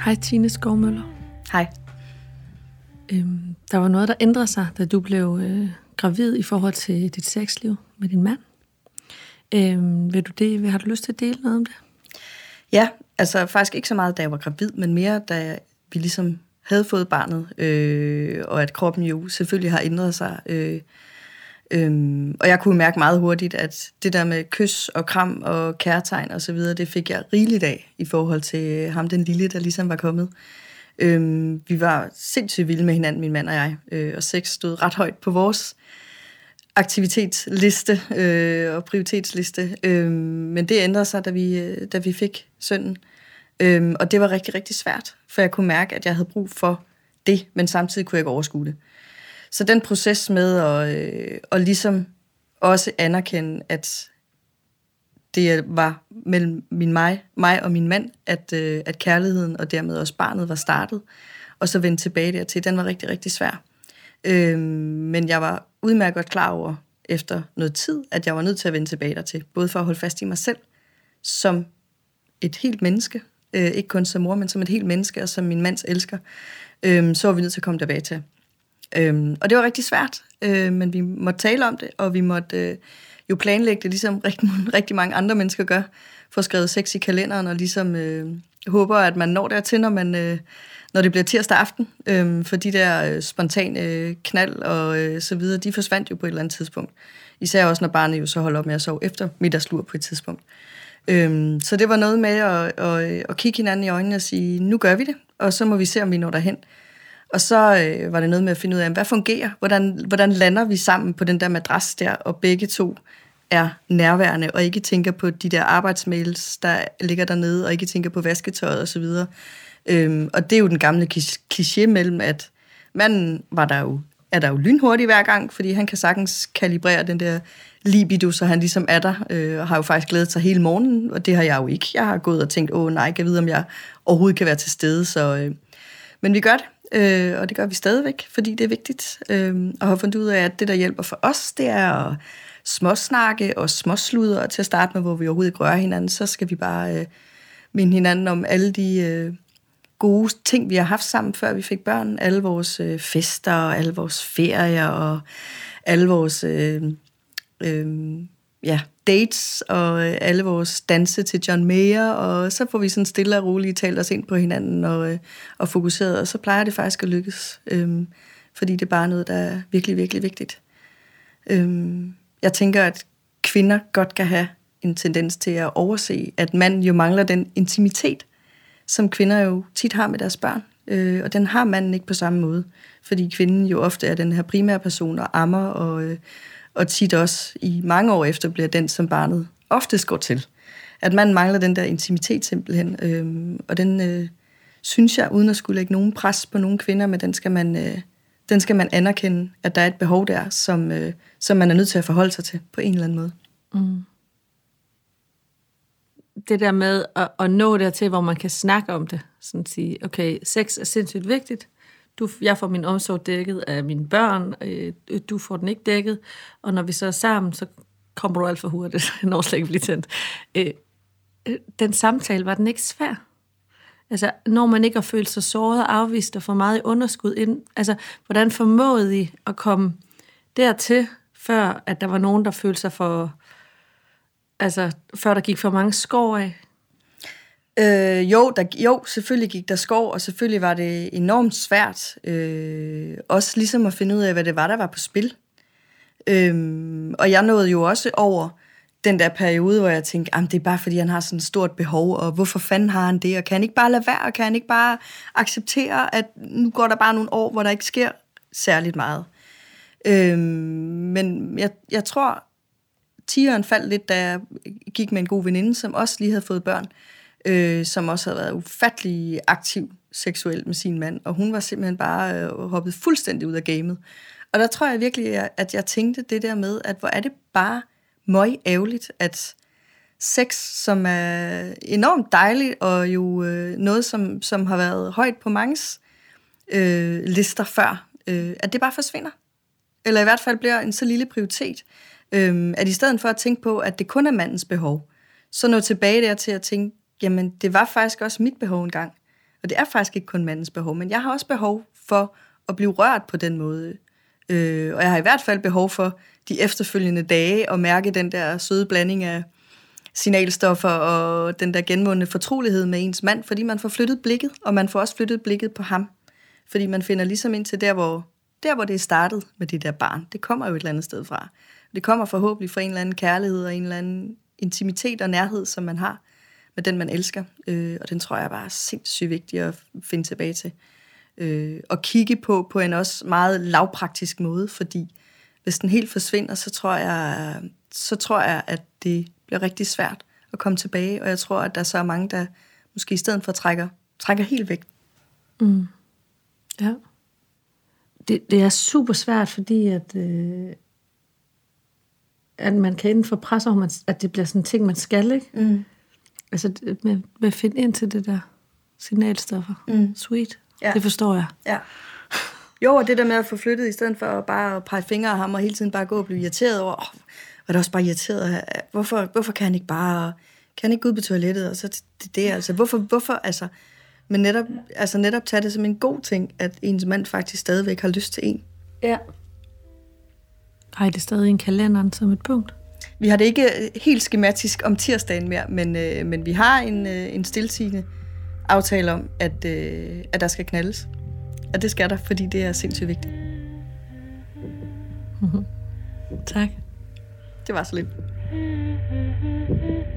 Hej Tine Skovmøller. Hej. Der var noget, der ændrede sig, da du blev gravid i forhold til dit sexliv med din mand. Har du lyst til at dele noget om det? Ja, altså faktisk ikke så meget, da jeg var gravid, men mere, da vi ligesom havde fået barnet, og at kroppen jo selvfølgelig har ændret sig. Og jeg kunne mærke meget hurtigt, at det der med kys og kram og kærtegn og så videre, det fik jeg rigeligt af i forhold til ham, den lille, der ligesom var kommet. Vi var sindssygt vilde med hinanden, min mand og jeg, og sex stod ret højt på vores aktivitetsliste og prioritetsliste. Men det ændrede sig, da vi fik sønnen. Og det var rigtig, rigtig svært, for jeg kunne mærke, at jeg havde brug for det, men samtidig kunne jeg ikke overskue det. Så den proces med at ligesom også anerkende, at det var mellem mig og min mand, at kærligheden og dermed også barnet var startet, og så vende tilbage dertil, den var rigtig, rigtig svær. Men jeg var udmærket godt klar over, efter noget tid, at jeg var nødt til at vende tilbage dertil, både for at holde fast i mig selv, som et helt menneske, ikke kun som mor, men som et helt menneske, og som min mands elsker, så var vi nødt til at komme tilbage til. Og det var rigtig svært, men vi måtte tale om det, og vi måtte jo planlægge det, ligesom rigtig mange andre mennesker gør, få skrevet sex i kalenderen, og ligesom håber, at man når dertil, når det bliver tirsdag aften, for de der spontane knald og så videre, de forsvandt jo på et eller andet tidspunkt. Især også, når barnet jo så holder op med at sove efter middagslur på et tidspunkt. Så det var noget med at kigge hinanden i øjnene og sige, nu gør vi det, og så må vi se, om vi når derhen. Og så var det noget med at finde ud af, hvad fungerer? Hvordan lander vi sammen på den der madras der, og begge to er nærværende, og ikke tænker på de der arbejdsmails, der ligger dernede, og ikke tænker på vasketøjet osv. Og det er jo den gamle kliché mellem, at manden er der jo lynhurtig hver gang, fordi han kan sagtens kalibrere den der libido, så han ligesom er der, og har jo faktisk glædet sig hele morgenen, og det har jeg jo ikke. Jeg har gået og tænkt, nej, jeg kan vide, om jeg overhovedet kan være til stede. Men vi gør det. Og det gør vi stadigvæk, fordi det er vigtigt. Og har fundet ud af, at det, der hjælper for os, det er at småsnakke og småsludre, og til at starte med, hvor vi overhovedet ikke rører hinanden, så skal vi bare minde hinanden om alle de gode ting, vi har haft sammen, før vi fik børn. Alle vores fester, og alle vores ferier, og alle vores dates, og alle vores danse til John Mayer, og så får vi sådan stille og roligt talt os ind på hinanden og fokuseret, og så plejer det faktisk at lykkes, fordi det er bare noget, der er virkelig, virkelig vigtigt. Jeg tænker, at kvinder godt kan have en tendens til at overse, at mand jo mangler den intimitet, som kvinder jo tit har med deres børn, og den har manden ikke på samme måde, fordi kvinden jo ofte er den her primære person og ammer, og tit også i mange år efter bliver den, som barnet oftest går til. At man mangler den der intimitet simpelthen. Og den synes jeg, uden at skulle lægge nogen pres på nogle kvinder, men den skal man anerkende, at der er et behov der, som man er nødt til at forholde sig til på en eller anden måde. Mm. Det der med at nå dertil, hvor man kan snakke om det. Sådan at sige, okay, sex er sindssygt vigtigt. Jeg får min omsorg dækket af mine børn, du får den ikke dækket, og når vi så er sammen, så kommer du alt for hurtigt, når slet ikke bliver tændt. Den samtale, var den ikke svær? Altså, når man ikke har følt sig såret og afvist og for meget i underskud ind, altså, hvordan formåede I at komme dertil, før at der var nogen, der følte sig før der gik for mange skår af? Jo, selvfølgelig gik der skår, og selvfølgelig var det enormt svært. Også ligesom at finde ud af, hvad det var, der var på spil. Og jeg nåede jo også over den der periode, hvor jeg tænkte, det er bare fordi, han har sådan et stort behov, og hvorfor fanden har han det, og kan han ikke bare lade være, og kan han ikke bare acceptere, at nu går der bare nogle år, hvor der ikke sker særligt meget. Men jeg tror, tigeren faldt lidt, da jeg gik med en god veninde, som også lige havde fået børn, som også havde været ufattelig aktiv seksuelt med sin mand, og hun var simpelthen bare hoppet fuldstændig ud af gamet. Og der tror jeg virkelig, at jeg tænkte det der med, at hvor er det bare møg ærgerligt, at sex, som er enormt dejligt, og jo noget, som har været højt på manges lister før, at det bare forsvinder. Eller i hvert fald bliver en så lille prioritet, at i stedet for at tænke på, at det kun er mandens behov, så nå tilbage der til at tænke, jamen det var faktisk også mit behov engang. Og det er faktisk ikke kun mandens behov, men jeg har også behov for at blive rørt på den måde. Og jeg har i hvert fald behov for de efterfølgende dage at mærke den der søde blanding af signalstoffer og den der genvundne fortrolighed med ens mand, fordi man får flyttet blikket, og man får også flyttet blikket på ham. Fordi man finder ligesom ind til der, hvor det er startet med det der barn. Det kommer jo et eller andet sted fra. Det kommer forhåbentlig fra en eller anden kærlighed og en eller anden intimitet og nærhed, som man har med den, man elsker. Og den tror jeg bare er sindssygt vigtig at finde tilbage til. Og kigge på en også meget lavpraktisk måde, fordi hvis den helt forsvinder, så tror jeg, at det bliver rigtig svært at komme tilbage, og jeg tror, at der så er mange, der måske i stedet for trækker helt væk. Mm. Ja. Det er super svært, fordi at man kan inden for pres over, at det bliver sådan en ting, man skal, ikke? Mm. Altså med at finde ind til det der signalstoffer. Sweet. Ja. Det forstår jeg. Ja. Jo, og det der med at få flyttet, i stedet for bare at pege fingre af ham, og hele tiden bare gå og blive irriteret over, var det også bare irriteret, hvorfor kan han ikke bare, kan han ikke gå ud på toilettet, og så det altså, hvorfor, altså, men netop tage det som en god ting, at ens mand faktisk stadigvæk har lyst til en. Ja. Har I det stadig i en kalenderen som et punkt? Vi har det ikke helt skematisk om tirsdagen mere, men vi har en stilsigende aftale om, at der skal knaldes. Og det skal der, fordi det er sindssygt vigtigt. Tak. Det var så lidt.